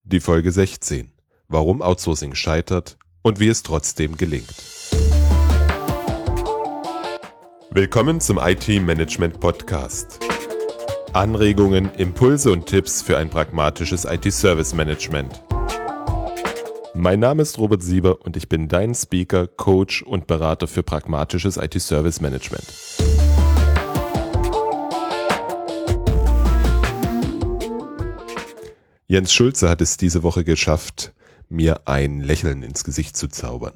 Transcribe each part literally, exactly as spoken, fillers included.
Die Folge sechzehn. Warum Outsourcing scheitert und wie es trotzdem gelingt. Willkommen zum I T-Management-Podcast. Anregungen, Impulse und Tipps für ein pragmatisches I T-Service-Management. Mein Name ist Robert Sieber und ich bin dein Speaker, Coach und Berater für pragmatisches I T-Service-Management. Jens Schulze hat es diese Woche geschafft, mir ein Lächeln ins Gesicht zu zaubern.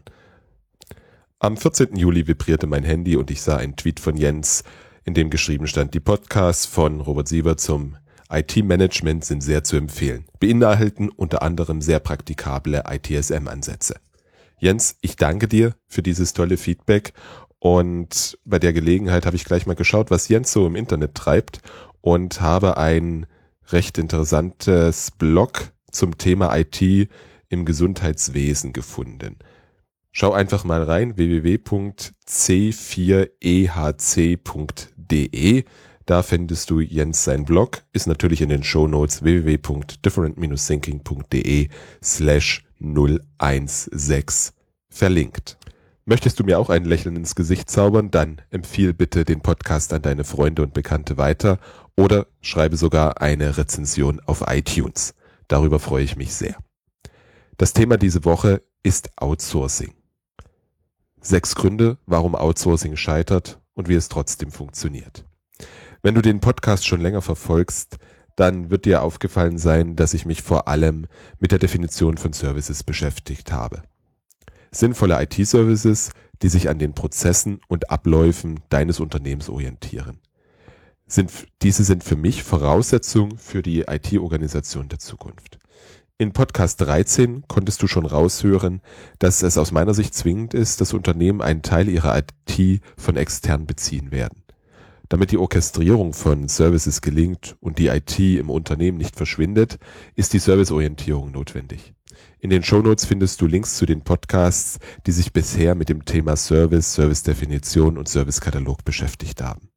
Am vierzehnten Juli vibrierte mein Handy und ich sah einen Tweet von Jens, in dem geschrieben stand, die Podcasts von Robert Sieber zum I T-Management sind sehr zu empfehlen, beinhalten unter anderem sehr praktikable I T S M-Ansätze. Jens, ich danke dir für dieses tolle Feedback und bei der Gelegenheit habe ich gleich mal geschaut, was Jens so im Internet treibt und habe ein recht interessantes Blog zum Thema I T im Gesundheitswesen gefunden. Schau einfach mal rein, w w w punkt c vier e h c punkt d e. Da findest du Jens sein Blog, ist natürlich in den Shownotes w w w punkt different dash thinking punkt d e slash null eins sechs verlinkt. Möchtest du mir auch ein Lächeln ins Gesicht zaubern, dann empfiehl bitte den Podcast an deine Freunde und Bekannte weiter oder schreibe sogar eine Rezension auf iTunes. Darüber freue ich mich sehr. Das Thema diese Woche ist Outsourcing. Sechs Gründe, warum Outsourcing scheitert und wie es trotzdem funktioniert. Wenn du den Podcast schon länger verfolgst, dann wird dir aufgefallen sein, dass ich mich vor allem mit der Definition von Services beschäftigt habe. Sinnvolle I T-Services, die sich an den Prozessen und Abläufen deines Unternehmens orientieren. Sind, diese sind für mich Voraussetzung für die I T-Organisation der Zukunft. In Podcast dreizehn konntest du schon raushören, dass es aus meiner Sicht zwingend ist, dass Unternehmen einen Teil ihrer I T von extern beziehen werden. Damit die Orchestrierung von Services gelingt und die I T im Unternehmen nicht verschwindet, ist die Serviceorientierung notwendig. In den Shownotes findest du Links zu den Podcasts, die sich bisher mit dem Thema Service, Servicedefinition und Servicekatalog beschäftigt haben.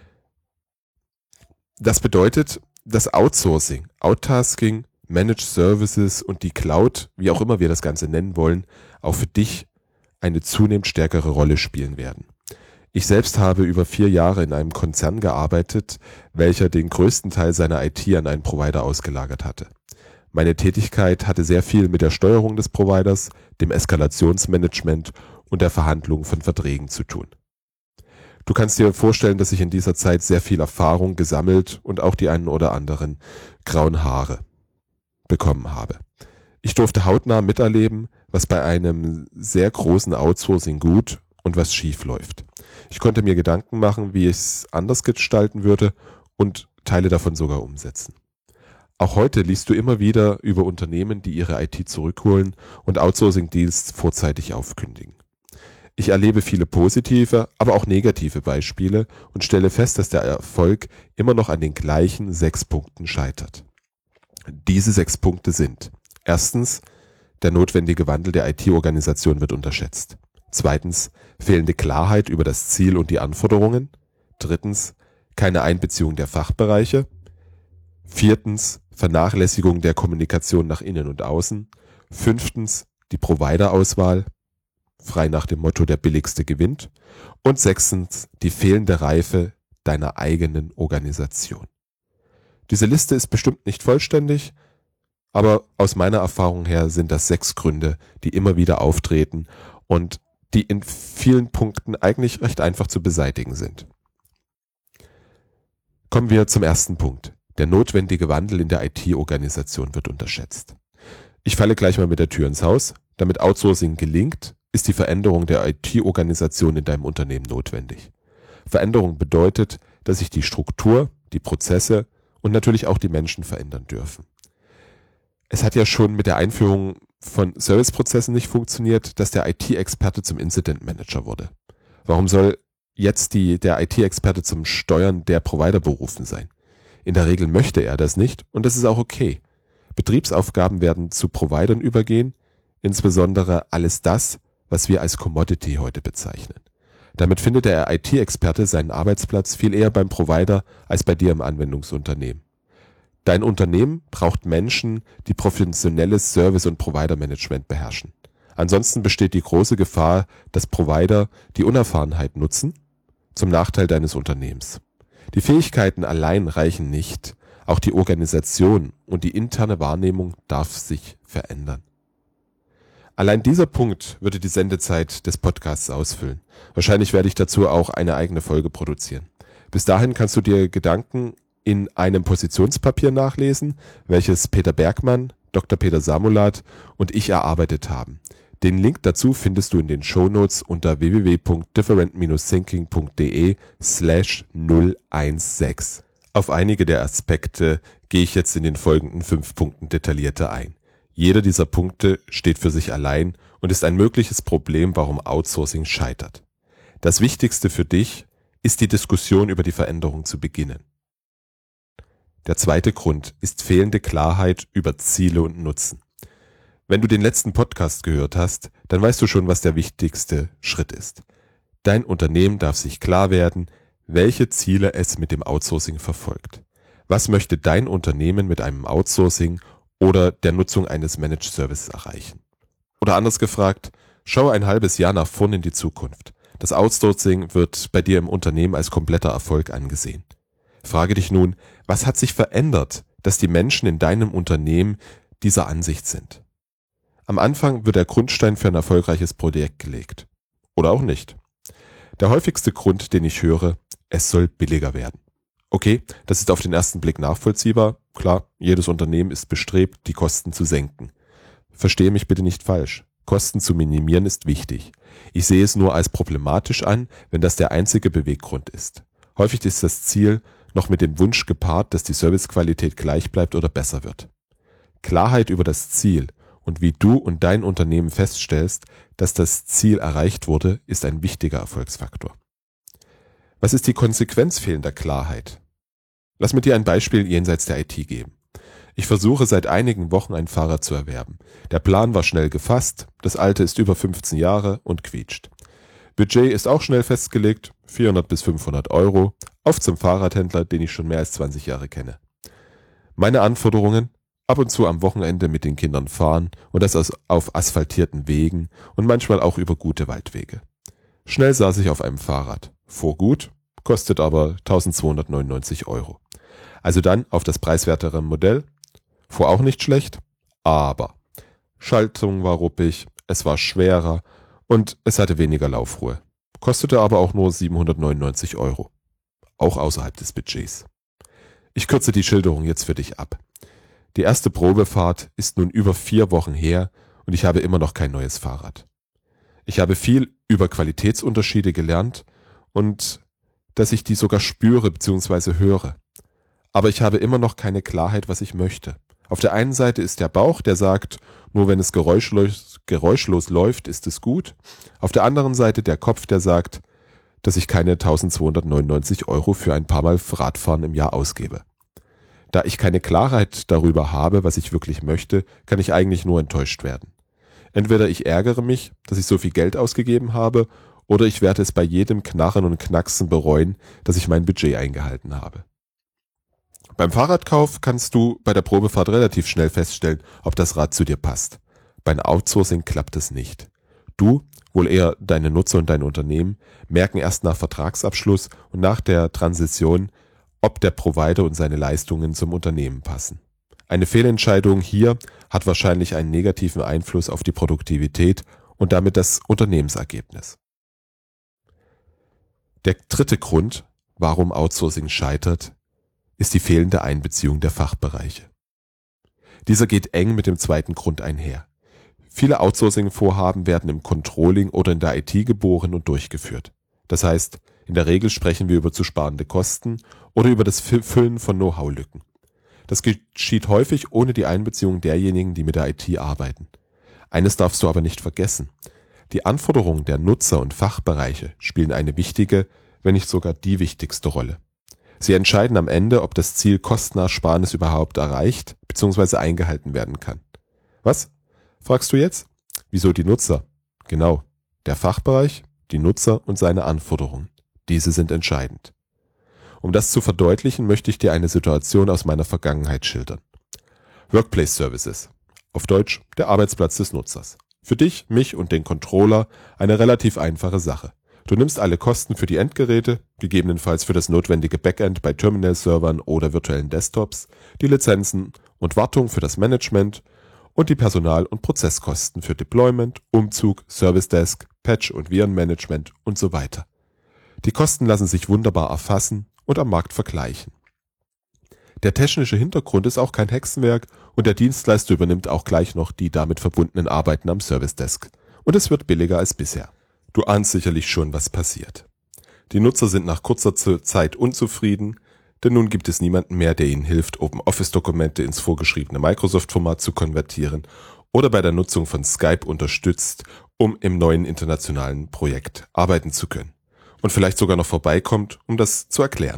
Das bedeutet, dass Outsourcing, Outtasking, Managed Services und die Cloud, wie auch immer wir das Ganze nennen wollen, auch für dich eine zunehmend stärkere Rolle spielen werden. Ich selbst habe über vier Jahre in einem Konzern gearbeitet, welcher den größten Teil seiner I T an einen Provider ausgelagert hatte. Meine Tätigkeit hatte sehr viel mit der Steuerung des Providers, dem Eskalationsmanagement und der Verhandlung von Verträgen zu tun. Du kannst dir vorstellen, dass ich in dieser Zeit sehr viel Erfahrung gesammelt und auch die einen oder anderen grauen Haare bekommen habe. Ich durfte hautnah miterleben, was bei einem sehr großen Outsourcing gut und was schief läuft. Ich konnte mir Gedanken machen, wie ich es anders gestalten würde und Teile davon sogar umsetzen. Auch heute liest du immer wieder über Unternehmen, die ihre I T zurückholen und Outsourcing-Deals vorzeitig aufkündigen. Ich erlebe viele positive, aber auch negative Beispiele und stelle fest, dass der Erfolg immer noch an den gleichen sechs Punkten scheitert. Diese sechs Punkte sind: Erstens, der notwendige Wandel der I T-Organisation wird unterschätzt. Zweitens, fehlende Klarheit über das Ziel und die Anforderungen. Drittens, keine Einbeziehung der Fachbereiche. Viertens, Vernachlässigung der Kommunikation nach innen und außen. Fünftens, die Provider-Auswahl, frei nach dem Motto der billigste gewinnt. Und sechstens, die fehlende Reife deiner eigenen Organisation. Diese Liste ist bestimmt nicht vollständig, aber aus meiner Erfahrung her sind das sechs Gründe, die immer wieder auftreten und die in vielen Punkten eigentlich recht einfach zu beseitigen sind. Kommen wir zum ersten Punkt. Der notwendige Wandel in der I T-Organisation wird unterschätzt. Ich falle gleich mal mit der Tür ins Haus. Damit Outsourcing gelingt, ist die Veränderung der I T-Organisation in deinem Unternehmen notwendig. Veränderung bedeutet, dass sich die Struktur, die Prozesse und natürlich auch die Menschen verändern dürfen. Es hat ja schon mit der Einführung von Serviceprozessen nicht funktioniert, dass der I T-Experte zum Incident Manager wurde. Warum soll jetzt die, der I T-Experte zum Steuern der Provider berufen sein? In der Regel möchte er das nicht und das ist auch okay. Betriebsaufgaben werden zu Providern übergehen, insbesondere alles das, was wir als Commodity heute bezeichnen. Damit findet der I T-Experte seinen Arbeitsplatz viel eher beim Provider als bei dir im Anwendungsunternehmen. Dein Unternehmen braucht Menschen, die professionelles Service- und Provider-Management beherrschen. Ansonsten besteht die große Gefahr, dass Provider die Unerfahrenheit nutzen, zum Nachteil deines Unternehmens. Die Fähigkeiten allein reichen nicht, auch die Organisation und die interne Wahrnehmung darf sich verändern. Allein dieser Punkt würde die Sendezeit des Podcasts ausfüllen. Wahrscheinlich werde ich dazu auch eine eigene Folge produzieren. Bis dahin kannst du dir Gedanken in einem Positionspapier nachlesen, welches Peter Bergmann, Doktor Peter Samulat und ich erarbeitet haben. Den Link dazu findest du in den Shownotes unter w w w punkt different thinking punkt d e slash null eins sechs. Auf einige der Aspekte gehe ich jetzt in den folgenden fünf Punkten detaillierter ein. Jeder dieser Punkte steht für sich allein und ist ein mögliches Problem, warum Outsourcing scheitert. Das Wichtigste für dich ist die Diskussion über die Veränderung zu beginnen. Der zweite Grund ist fehlende Klarheit über Ziele und Nutzen. Wenn du den letzten Podcast gehört hast, dann weißt du schon, was der wichtigste Schritt ist. Dein Unternehmen darf sich klar werden, welche Ziele es mit dem Outsourcing verfolgt. Was möchte dein Unternehmen mit einem Outsourcing oder der Nutzung eines Managed Services erreichen? Oder anders gefragt, schau ein halbes Jahr nach vorn in die Zukunft. Das Outsourcing wird bei dir im Unternehmen als kompletter Erfolg angesehen. Frage dich nun, was hat sich verändert, dass die Menschen in deinem Unternehmen dieser Ansicht sind? Am Anfang wird der Grundstein für ein erfolgreiches Projekt gelegt. Oder auch nicht. Der häufigste Grund, den ich höre, es soll billiger werden. Okay, das ist auf den ersten Blick nachvollziehbar. Klar, jedes Unternehmen ist bestrebt, die Kosten zu senken. Verstehe mich bitte nicht falsch. Kosten zu minimieren ist wichtig. Ich sehe es nur als problematisch an, wenn das der einzige Beweggrund ist. Häufig ist das Ziel noch mit dem Wunsch gepaart, dass die Servicequalität gleich bleibt oder besser wird. Klarheit über das Ziel und wie du und dein Unternehmen feststellst, dass das Ziel erreicht wurde, ist ein wichtiger Erfolgsfaktor. Was ist die Konsequenz fehlender Klarheit? Lass mir dir ein Beispiel jenseits der I T geben. Ich versuche seit einigen Wochen ein Fahrrad zu erwerben. Der Plan war schnell gefasst, das alte ist über fünfzehn Jahre und quietscht. Budget ist auch schnell festgelegt, vierhundert bis fünfhundert Euro, auf zum Fahrradhändler, den ich schon mehr als zwanzig Jahre kenne. Meine Anforderungen? Ab und zu am Wochenende mit den Kindern fahren und das auf asphaltierten Wegen und manchmal auch über gute Waldwege. Schnell saß ich auf einem Fahrrad. Fuhr gut, kostet aber eintausendzweihundertneunundneunzig Euro. Also dann auf das preiswertere Modell. Fuhr auch nicht schlecht, aber Schaltung war ruppig, es war schwerer und es hatte weniger Laufruhe. Kostete aber auch nur siebenhundertneunundneunzig Euro. Auch außerhalb des Budgets. Ich kürze die Schilderung jetzt für dich ab. Die erste Probefahrt ist nun über vier Wochen her und ich habe immer noch kein neues Fahrrad. Ich habe viel über Qualitätsunterschiede gelernt und dass ich die sogar spüre bzw. höre. Aber ich habe immer noch keine Klarheit, was ich möchte. Auf der einen Seite ist der Bauch, der sagt, nur wenn es geräuschlos, geräuschlos läuft, ist es gut. Auf der anderen Seite der Kopf, der sagt, dass ich keine eintausendzweihundertneunundneunzig Euro für ein paar Mal Radfahren im Jahr ausgebe. Da ich keine Klarheit darüber habe, was ich wirklich möchte, kann ich eigentlich nur enttäuscht werden. Entweder ich ärgere mich, dass ich so viel Geld ausgegeben habe, oder ich werde es bei jedem Knarren und Knacksen bereuen, dass ich mein Budget eingehalten habe. Beim Fahrradkauf kannst du bei der Probefahrt relativ schnell feststellen, ob das Rad zu dir passt. Beim Outsourcing klappt es nicht. Du, wohl eher deine Nutzer und dein Unternehmen, merken erst nach Vertragsabschluss und nach der Transition, ob der Provider und seine Leistungen zum Unternehmen passen. Eine Fehlentscheidung hier hat wahrscheinlich einen negativen Einfluss auf die Produktivität und damit das Unternehmensergebnis. Der dritte Grund, warum Outsourcing scheitert, ist die fehlende Einbeziehung der Fachbereiche. Dieser geht eng mit dem zweiten Grund einher. Viele Outsourcing-Vorhaben werden im Controlling oder in der I T geboren und durchgeführt. Das heißt, in der Regel sprechen wir über zu sparende Kosten oder über das Füllen von Know-how-Lücken. Das geschieht häufig ohne die Einbeziehung derjenigen, die mit der I T arbeiten. Eines darfst du aber nicht vergessen. Die Anforderungen der Nutzer und Fachbereiche spielen eine wichtige, wenn nicht sogar die wichtigste Rolle. Sie entscheiden am Ende, ob das Ziel Kostenersparnis überhaupt erreicht bzw. eingehalten werden kann. Was? Fragst du jetzt? Wieso die Nutzer? Genau, der Fachbereich, die Nutzer und seine Anforderungen. Diese sind entscheidend. Um das zu verdeutlichen, möchte ich dir eine Situation aus meiner Vergangenheit schildern. Workplace Services. Auf Deutsch der Arbeitsplatz des Nutzers. Für dich, mich und den Controller eine relativ einfache Sache. Du nimmst alle Kosten für die Endgeräte, gegebenenfalls für das notwendige Backend bei Terminal-Servern oder virtuellen Desktops, die Lizenzen und Wartung für das Management und die Personal- und Prozesskosten für Deployment, Umzug, Service Desk, Patch- und Virenmanagement und so weiter. Die Kosten lassen sich wunderbar erfassen und am Markt vergleichen. Der technische Hintergrund ist auch kein Hexenwerk und der Dienstleister übernimmt auch gleich noch die damit verbundenen Arbeiten am Service Desk. Und es wird billiger als bisher. Du ahnst sicherlich schon, was passiert. Die Nutzer sind nach kurzer Zeit unzufrieden, denn nun gibt es niemanden mehr, der ihnen hilft, OpenOffice-Dokumente ins vorgeschriebene Microsoft-Format zu konvertieren oder bei der Nutzung von Skype unterstützt, um im neuen internationalen Projekt arbeiten zu können. Und vielleicht sogar noch vorbeikommt, um das zu erklären.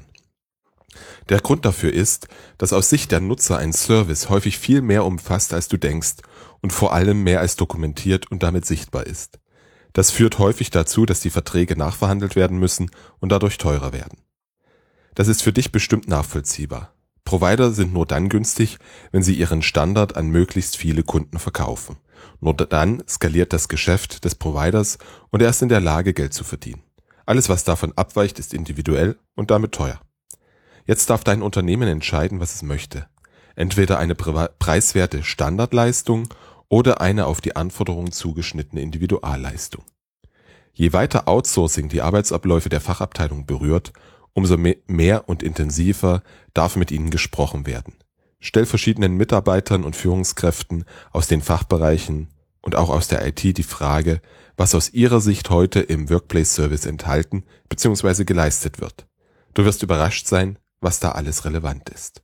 Der Grund dafür ist, dass aus Sicht der Nutzer ein Service häufig viel mehr umfasst, als du denkst und vor allem mehr als dokumentiert und damit sichtbar ist. Das führt häufig dazu, dass die Verträge nachverhandelt werden müssen und dadurch teurer werden. Das ist für dich bestimmt nachvollziehbar. Provider sind nur dann günstig, wenn sie ihren Standard an möglichst viele Kunden verkaufen. Nur dann skaliert das Geschäft des Providers und er ist in der Lage, Geld zu verdienen. Alles, was davon abweicht, ist individuell und damit teuer. Jetzt darf dein Unternehmen entscheiden, was es möchte. Entweder eine preiswerte Standardleistung oder eine auf die Anforderungen zugeschnittene Individualleistung. Je weiter Outsourcing die Arbeitsabläufe der Fachabteilung berührt, umso mehr und intensiver darf mit ihnen gesprochen werden. Stell verschiedenen Mitarbeitern und Führungskräften aus den Fachbereichen und auch aus der I T die Frage, was aus ihrer Sicht heute im Workplace Service enthalten bzw. geleistet wird. Du wirst überrascht sein, was da alles relevant ist.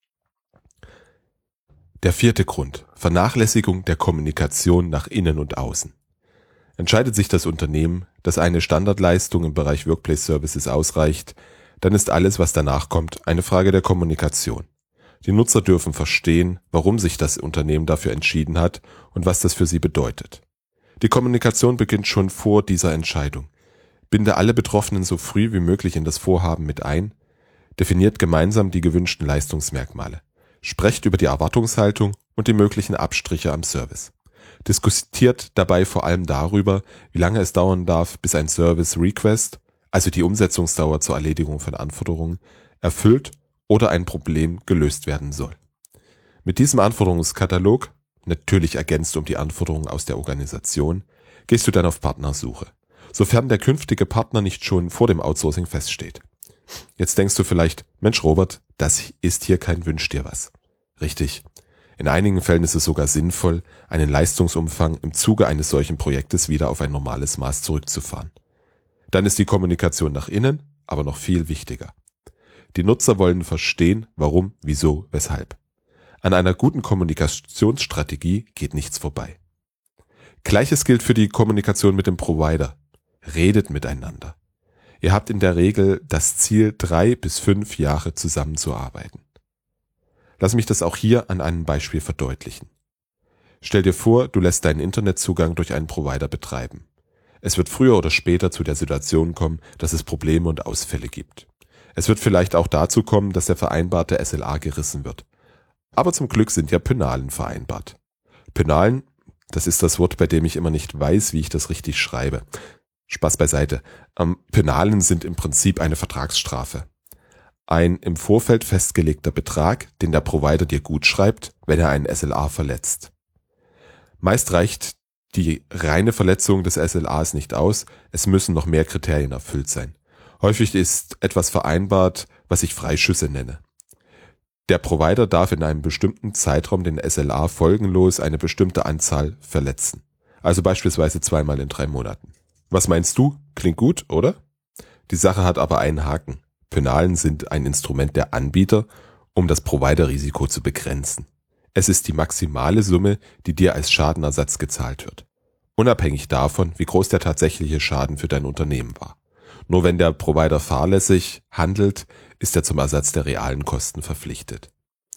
Der vierte Grund: Vernachlässigung der Kommunikation nach innen und außen. Entscheidet sich das Unternehmen, dass eine Standardleistung im Bereich Workplace Services ausreicht, dann ist alles, was danach kommt, eine Frage der Kommunikation. Die Nutzer dürfen verstehen, warum sich das Unternehmen dafür entschieden hat und was das für sie bedeutet. Die Kommunikation beginnt schon vor dieser Entscheidung. Binde alle Betroffenen so früh wie möglich in das Vorhaben mit ein, definiert gemeinsam die gewünschten Leistungsmerkmale. Sprecht über die Erwartungshaltung und die möglichen Abstriche am Service. Diskutiert dabei vor allem darüber, wie lange es dauern darf, bis ein Service Request, also die Umsetzungsdauer zur Erledigung von Anforderungen, erfüllt oder ein Problem gelöst werden soll. Mit diesem Anforderungskatalog, natürlich ergänzt um die Anforderungen aus der Organisation, gehst du dann auf Partnersuche, sofern der künftige Partner nicht schon vor dem Outsourcing feststeht. Jetzt denkst du vielleicht, Mensch Robert, das ist hier kein Wünsch dir was. Richtig. In einigen Fällen ist es sogar sinnvoll, einen Leistungsumfang im Zuge eines solchen Projektes wieder auf ein normales Maß zurückzufahren. Dann ist die Kommunikation nach innen aber noch viel wichtiger. Die Nutzer wollen verstehen, warum, wieso, weshalb. An einer guten Kommunikationsstrategie geht nichts vorbei. Gleiches gilt für die Kommunikation mit dem Provider. Redet miteinander. Ihr habt in der Regel das Ziel, drei bis fünf Jahre zusammenzuarbeiten. Lass mich das auch hier an einem Beispiel verdeutlichen. Stell dir vor, du lässt deinen Internetzugang durch einen Provider betreiben. Es wird früher oder später zu der Situation kommen, dass es Probleme und Ausfälle gibt. Es wird vielleicht auch dazu kommen, dass der vereinbarte S L A gerissen wird. Aber zum Glück sind ja Penalen vereinbart. Penalen, das ist das Wort, bei dem ich immer nicht weiß, wie ich das richtig schreibe. Spaß beiseite. Ähm, Penalen sind im Prinzip eine Vertragsstrafe. Ein im Vorfeld festgelegter Betrag, den der Provider dir gut schreibt, wenn er einen S L A verletzt. Meist reicht die reine Verletzung des S L As nicht aus, es müssen noch mehr Kriterien erfüllt sein. Häufig ist etwas vereinbart, was ich Freischüsse nenne. Der Provider darf in einem bestimmten Zeitraum den S L A folgenlos eine bestimmte Anzahl verletzen. Also beispielsweise zweimal in drei Monaten. Was meinst du? Klingt gut, oder? Die Sache hat aber einen Haken. Penalen sind ein Instrument der Anbieter, um das Provider-Risiko zu begrenzen. Es ist die maximale Summe, die dir als Schadenersatz gezahlt wird. Unabhängig davon, wie groß der tatsächliche Schaden für dein Unternehmen war. Nur wenn der Provider fahrlässig handelt, ist er zum Ersatz der realen Kosten verpflichtet.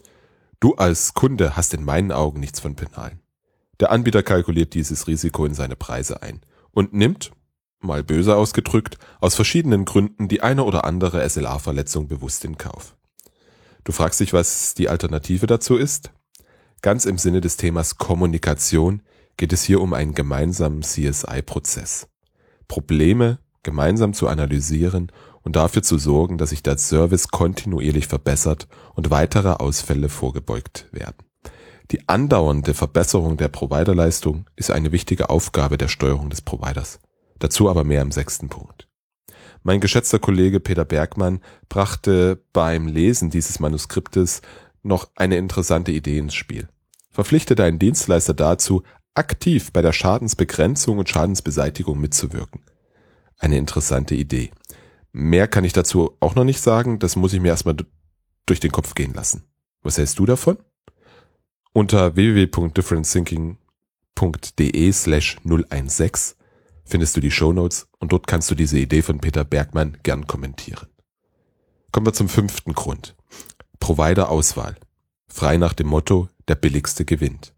Du als Kunde hast in meinen Augen nichts von Penalen. Der Anbieter kalkuliert dieses Risiko in seine Preise ein und nimmt, mal böse ausgedrückt, aus verschiedenen Gründen die eine oder andere S L A-Verletzung bewusst in Kauf. Du fragst dich, was die Alternative dazu ist? Ganz im Sinne des Themas Kommunikation geht es hier um einen gemeinsamen C S I-Prozess. Probleme gemeinsam zu analysieren und dafür zu sorgen, dass sich der Service kontinuierlich verbessert und weitere Ausfälle vorgebeugt werden. Die andauernde Verbesserung der Providerleistung ist eine wichtige Aufgabe der Steuerung des Providers. Dazu aber mehr im sechsten Punkt. Mein geschätzter Kollege Peter Bergmann brachte beim Lesen dieses Manuskriptes noch eine interessante Idee ins Spiel. Verpflichte deinen Dienstleister dazu, aktiv bei der Schadensbegrenzung und Schadensbeseitigung mitzuwirken. Eine interessante Idee. Mehr kann ich dazu auch noch nicht sagen, das muss ich mir erstmal durch den Kopf gehen lassen. Was hältst du davon? Unter w w w punkt different thinking punkt d e slash null eins sechs findest du die Shownotes und dort kannst du diese Idee von Peter Bergmann gern kommentieren. Kommen wir zum fünften Grund. Provider-Auswahl. Frei nach dem Motto, der billigste gewinnt.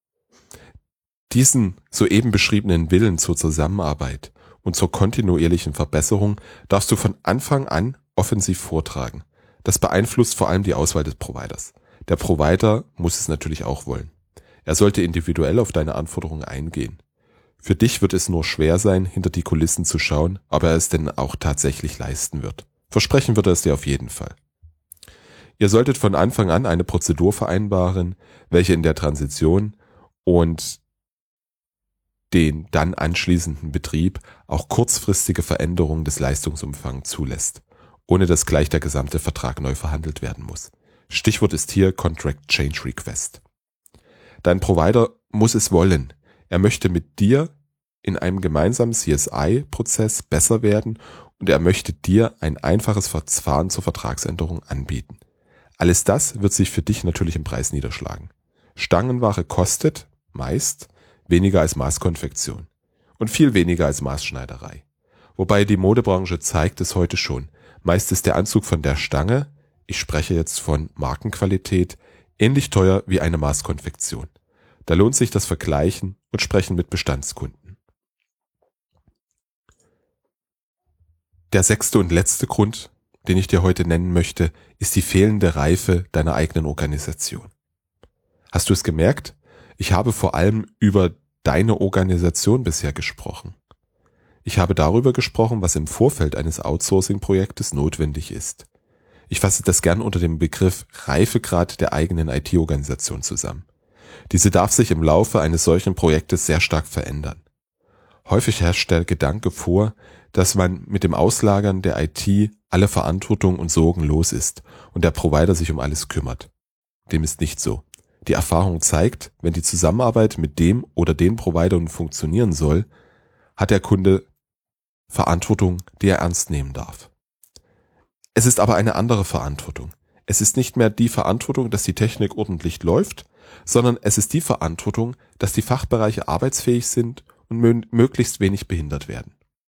Diesen soeben beschriebenen Willen zur Zusammenarbeit und zur kontinuierlichen Verbesserung darfst du von Anfang an offensiv vortragen. Das beeinflusst vor allem die Auswahl des Providers. Der Provider muss es natürlich auch wollen. Er sollte individuell auf deine Anforderungen eingehen. Für dich wird es nur schwer sein, hinter die Kulissen zu schauen, ob er es denn auch tatsächlich leisten wird. Versprechen wird er es dir auf jeden Fall. Ihr solltet von Anfang an eine Prozedur vereinbaren, welche in der Transition und den dann anschließenden Betrieb auch kurzfristige Veränderungen des Leistungsumfangs zulässt, ohne dass gleich der gesamte Vertrag neu verhandelt werden muss. Stichwort ist hier Contract Change Request. Dein Provider muss es wollen. Er möchte mit dir in einem gemeinsamen C S I-Prozess besser werden und er möchte dir ein einfaches Verfahren zur Vertragsänderung anbieten. Alles das wird sich für dich natürlich im Preis niederschlagen. Stangenware kostet meist weniger als Maßkonfektion und viel weniger als Maßschneiderei. Wobei die Modebranche zeigt es heute schon. Meist ist der Anzug von der Stange, ich spreche jetzt von Markenqualität, ähnlich teuer wie eine Maßkonfektion. Da lohnt sich das Vergleichen und Sprechen mit Bestandskunden. Der sechste und letzte Grund, den ich dir heute nennen möchte, ist die fehlende Reife deiner eigenen Organisation. Hast du es gemerkt? Ich habe vor allem über deine Organisation bisher gesprochen. Ich habe darüber gesprochen, was im Vorfeld eines Outsourcing-Projektes notwendig ist. Ich fasse das gern unter dem Begriff Reifegrad der eigenen I T-Organisation zusammen. Diese darf sich im Laufe eines solchen Projektes sehr stark verändern. Häufig herrscht der Gedanke vor, dass man mit dem Auslagern der I T alle Verantwortung und Sorgen los ist und der Provider sich um alles kümmert. Dem ist nicht so. Die Erfahrung zeigt, wenn die Zusammenarbeit mit dem oder den Providern funktionieren soll, hat der Kunde Verantwortung, die er ernst nehmen darf. Es ist aber eine andere Verantwortung. Es ist nicht mehr die Verantwortung, dass die Technik ordentlich läuft, sondern es ist die Verantwortung, dass die Fachbereiche arbeitsfähig sind und mö- möglichst wenig behindert werden.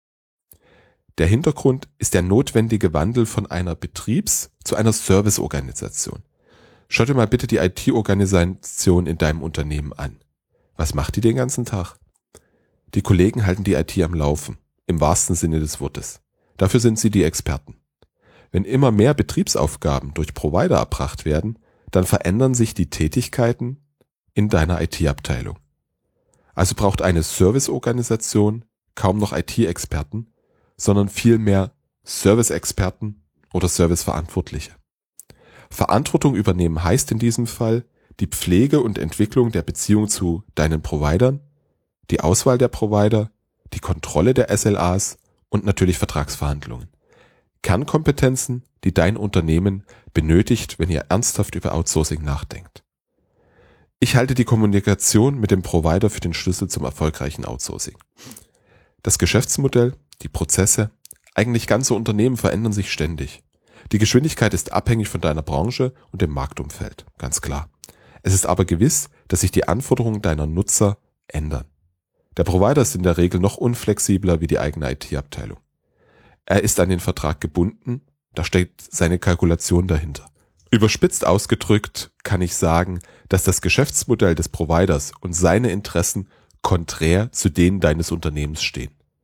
Der Hintergrund ist der notwendige Wandel von einer Betriebs- zu einer Serviceorganisation. Schau dir mal bitte die I T-Organisation in deinem Unternehmen an. Was macht die den ganzen Tag? Die Kollegen halten die I T am Laufen, im wahrsten Sinne des Wortes. Dafür sind sie die Experten. Wenn immer mehr Betriebsaufgaben durch Provider erbracht werden, dann verändern sich die Tätigkeiten in deiner I T-Abteilung. Also braucht eine Serviceorganisation kaum noch I T-Experten, sondern vielmehr Service-Experten oder Serviceverantwortliche. Verantwortung übernehmen heißt in diesem Fall die Pflege und Entwicklung der Beziehung zu deinen Providern, die Auswahl der Provider, die Kontrolle der S L As und natürlich Vertragsverhandlungen. Kernkompetenzen, die dein Unternehmen benötigt, wenn ihr ernsthaft über Outsourcing nachdenkt. Ich halte die Kommunikation mit dem Provider für den Schlüssel zum erfolgreichen Outsourcing. Das Geschäftsmodell, die Prozesse, eigentlich ganze Unternehmen verändern sich ständig. Die Geschwindigkeit ist abhängig von deiner Branche und dem Marktumfeld, ganz klar. Es ist aber gewiss, dass sich die Anforderungen deiner Nutzer ändern. Der Provider ist in der Regel noch unflexibler wie die eigene I T-Abteilung. Er ist an den Vertrag gebunden, da steckt seine Kalkulation dahinter. Überspitzt ausgedrückt kann ich sagen, dass das Geschäftsmodell des Providers und seine Interessen konträr zu denen deines Unternehmens stehen.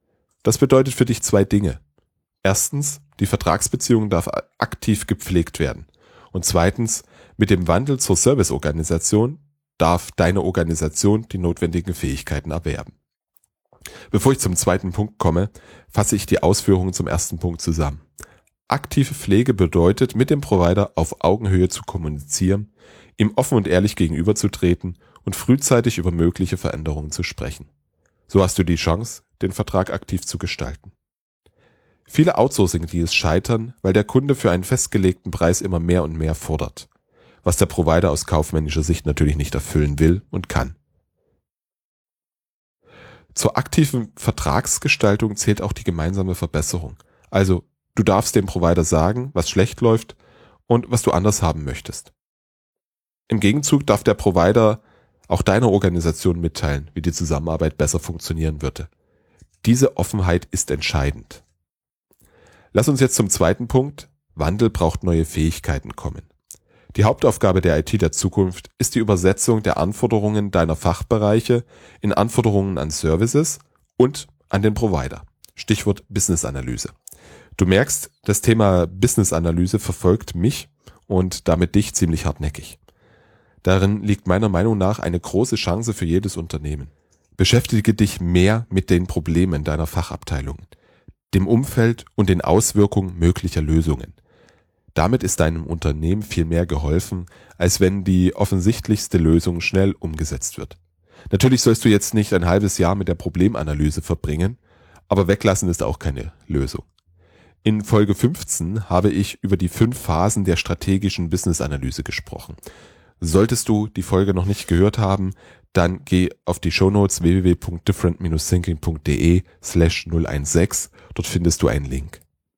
Das bedeutet für dich zwei Dinge. Erstens, die Vertragsbeziehung darf aktiv gepflegt werden. Und zweitens, mit dem Wandel zur Serviceorganisation darf deine Organisation die notwendigen Fähigkeiten erwerben. Bevor ich zum zweiten Punkt komme, fasse ich die Ausführungen zum ersten Punkt zusammen. Aktive Pflege bedeutet, mit dem Provider auf Augenhöhe zu kommunizieren, ihm offen und ehrlich gegenüberzutreten und frühzeitig über mögliche Veränderungen zu sprechen. So hast du die Chance, den Vertrag aktiv zu gestalten. Viele Outsourcing-Deals scheitern, weil der Kunde für einen festgelegten Preis immer mehr und mehr fordert, was der Provider aus kaufmännischer Sicht natürlich nicht erfüllen will und kann. Zur aktiven Vertragsgestaltung zählt auch die gemeinsame Verbesserung. Also, du darfst dem Provider sagen, was schlecht läuft und was du anders haben möchtest. Im Gegenzug darf der Provider auch deiner Organisation mitteilen, wie die Zusammenarbeit besser funktionieren würde. Diese Offenheit ist entscheidend. Lass uns jetzt zum zweiten Punkt, Wandel braucht neue Fähigkeiten, kommen. Die Hauptaufgabe der I T der Zukunft ist die Übersetzung der Anforderungen deiner Fachbereiche in Anforderungen an Services und an den Provider. Stichwort Business-Analyse. Du merkst, das Thema Business-Analyse verfolgt mich und damit dich ziemlich hartnäckig. Darin liegt meiner Meinung nach eine große Chance für jedes Unternehmen. Beschäftige dich mehr mit den Problemen deiner Fachabteilungen, dem Umfeld und den Auswirkungen möglicher Lösungen. Damit ist deinem Unternehmen viel mehr geholfen, als wenn die offensichtlichste Lösung schnell umgesetzt wird. Natürlich sollst du jetzt nicht ein halbes Jahr mit der Problemanalyse verbringen, aber weglassen ist auch keine Lösung. In Folge fünfzehn habe ich über die fünf Phasen der strategischen Business-Analyse gesprochen. Solltest du die Folge noch nicht gehört haben, dann geh auf die Shownotes w w w punkt different dash thinking punkt d e slash null sechzehn. Dort findest du einen Link.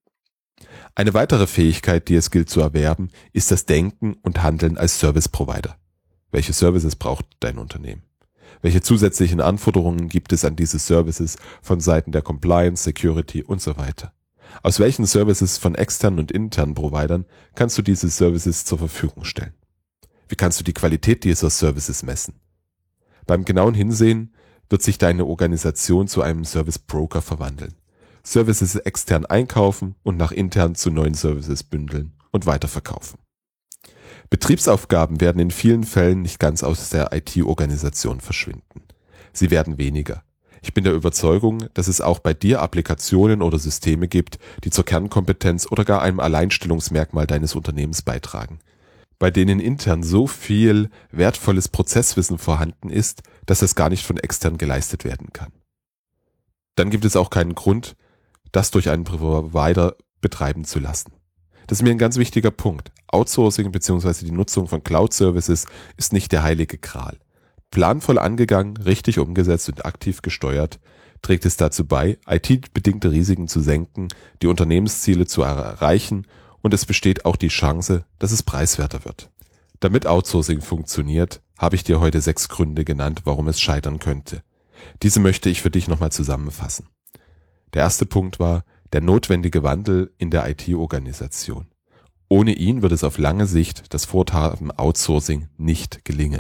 Eine weitere Fähigkeit, die es gilt zu erwerben, ist das Denken und Handeln als Service Provider. Welche Services braucht dein Unternehmen? Welche zusätzlichen Anforderungen gibt es an diese Services von Seiten der Compliance, Security und so weiter? Aus welchen Services von externen und internen Providern kannst du diese Services zur Verfügung stellen? Wie kannst du die Qualität dieser Services messen? Beim genauen Hinsehen wird sich deine Organisation zu einem Service Broker verwandeln. Services extern einkaufen und nach intern zu neuen Services bündeln und weiterverkaufen. Betriebsaufgaben werden in vielen Fällen nicht ganz aus der I T-Organisation verschwinden. Sie werden weniger. Ich bin der Überzeugung, dass es auch bei dir Applikationen oder Systeme gibt, die zur Kernkompetenz oder gar einem Alleinstellungsmerkmal deines Unternehmens beitragen, bei denen intern so viel wertvolles Prozesswissen vorhanden ist, dass es gar nicht von extern geleistet werden kann. Dann gibt es auch keinen Grund, das durch einen Provider betreiben zu lassen. Das ist mir ein ganz wichtiger Punkt. Outsourcing bzw. die Nutzung von Cloud-Services ist nicht der heilige Gral. Planvoll angegangen, richtig umgesetzt und aktiv gesteuert, trägt es dazu bei, I T-bedingte Risiken zu senken, die Unternehmensziele zu erreichen und es besteht auch die Chance, dass es preiswerter wird. Damit Outsourcing funktioniert, habe ich dir heute sechs Gründe genannt, warum es scheitern könnte. Diese möchte ich für dich nochmal zusammenfassen. Der erste Punkt war der notwendige Wandel in der I T-Organisation. Ohne ihn wird es auf lange Sicht das Vorhaben Outsourcing nicht gelingen.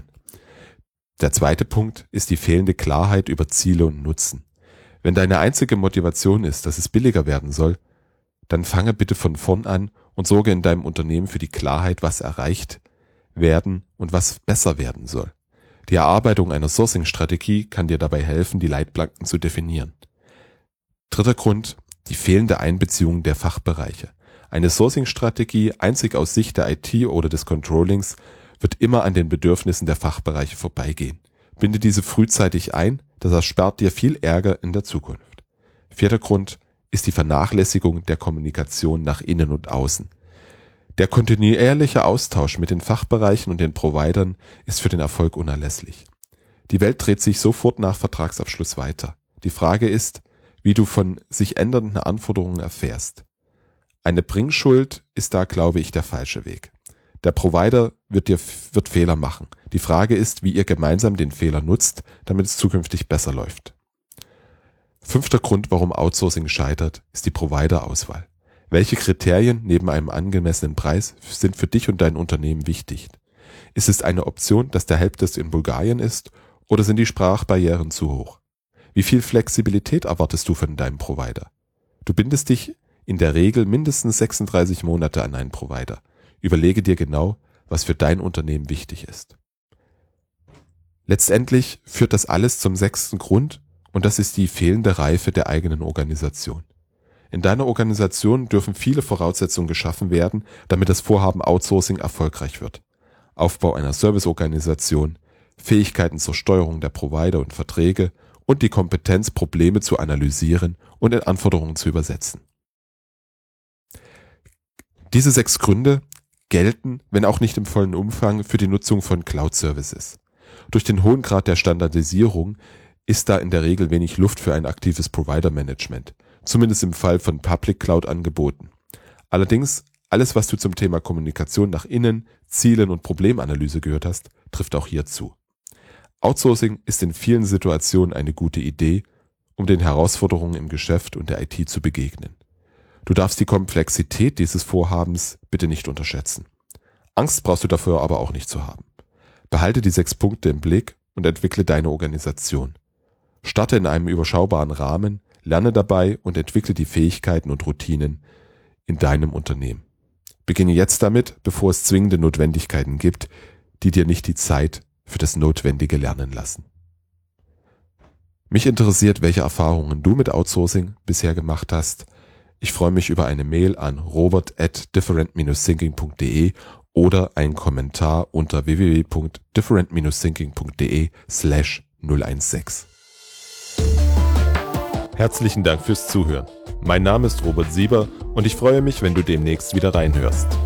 Der zweite Punkt ist die fehlende Klarheit über Ziele und Nutzen. Wenn deine einzige Motivation ist, dass es billiger werden soll, dann fange bitte von vorn an und sorge in deinem Unternehmen für die Klarheit, was erreicht werden und was besser werden soll. Die Erarbeitung einer Sourcing-Strategie kann dir dabei helfen, die Leitplanken zu definieren. Dritter Grund, die fehlende Einbeziehung der Fachbereiche. Eine Sourcing-Strategie, einzig aus Sicht der I T oder des Controllings, wird immer an den Bedürfnissen der Fachbereiche vorbeigehen. Binde diese frühzeitig ein, das erspart dir viel Ärger in der Zukunft. Vierter Grund ist die Vernachlässigung der Kommunikation nach innen und außen. Der kontinuierliche Austausch mit den Fachbereichen und den Providern ist für den Erfolg unerlässlich. Die Welt dreht sich sofort nach Vertragsabschluss weiter. Die Frage ist, wie du von sich ändernden Anforderungen erfährst. Eine Bringschuld ist da, glaube ich, der falsche Weg. Der Provider wird dir wird Fehler machen. Die Frage ist, wie ihr gemeinsam den Fehler nutzt, damit es zukünftig besser läuft. Fünfter Grund, warum Outsourcing scheitert, ist die Provider-Auswahl. Welche Kriterien neben einem angemessenen Preis sind für dich und dein Unternehmen wichtig? Ist es eine Option, dass der Helpdesk in Bulgarien ist, oder sind die Sprachbarrieren zu hoch? Wie viel Flexibilität erwartest du von deinem Provider? Du bindest dich in der Regel mindestens sechsunddreißig Monate an einen Provider. Überlege dir genau, was für dein Unternehmen wichtig ist. Letztendlich führt das alles zum sechsten Grund, und das ist die fehlende Reife der eigenen Organisation. In deiner Organisation dürfen viele Voraussetzungen geschaffen werden, damit das Vorhaben Outsourcing erfolgreich wird. Aufbau einer Serviceorganisation, Fähigkeiten zur Steuerung der Provider und Verträge und die Kompetenz, Probleme zu analysieren und in Anforderungen zu übersetzen. Diese sechs Gründe gelten, wenn auch nicht im vollen Umfang, für die Nutzung von Cloud-Services. Durch den hohen Grad der Standardisierung ist da in der Regel wenig Luft für ein aktives Provider-Management, zumindest im Fall von Public-Cloud-Angeboten. Allerdings, alles, was du zum Thema Kommunikation nach innen, Zielen und Problemanalyse gehört hast, trifft auch hier zu. Outsourcing ist in vielen Situationen eine gute Idee, um den Herausforderungen im Geschäft und der I T zu begegnen. Du darfst die Komplexität dieses Vorhabens bitte nicht unterschätzen. Angst brauchst du dafür aber auch nicht zu haben. Behalte die sechs Punkte im Blick und entwickle deine Organisation. Starte in einem überschaubaren Rahmen, lerne dabei und entwickle die Fähigkeiten und Routinen in deinem Unternehmen. Beginne jetzt damit, bevor es zwingende Notwendigkeiten gibt, die dir nicht die Zeit für das notwendige Lernen lassen. Mich interessiert, welche Erfahrungen du mit Outsourcing bisher gemacht hast. Ich freue mich über eine Mail an robert at different dash thinking punkt de oder einen Kommentar unter w w w punkt different dash thinking punkt de slash null eins sechs. Herzlichen Dank fürs Zuhören. Mein Name ist Robert Sieber und ich freue mich, wenn du demnächst wieder reinhörst.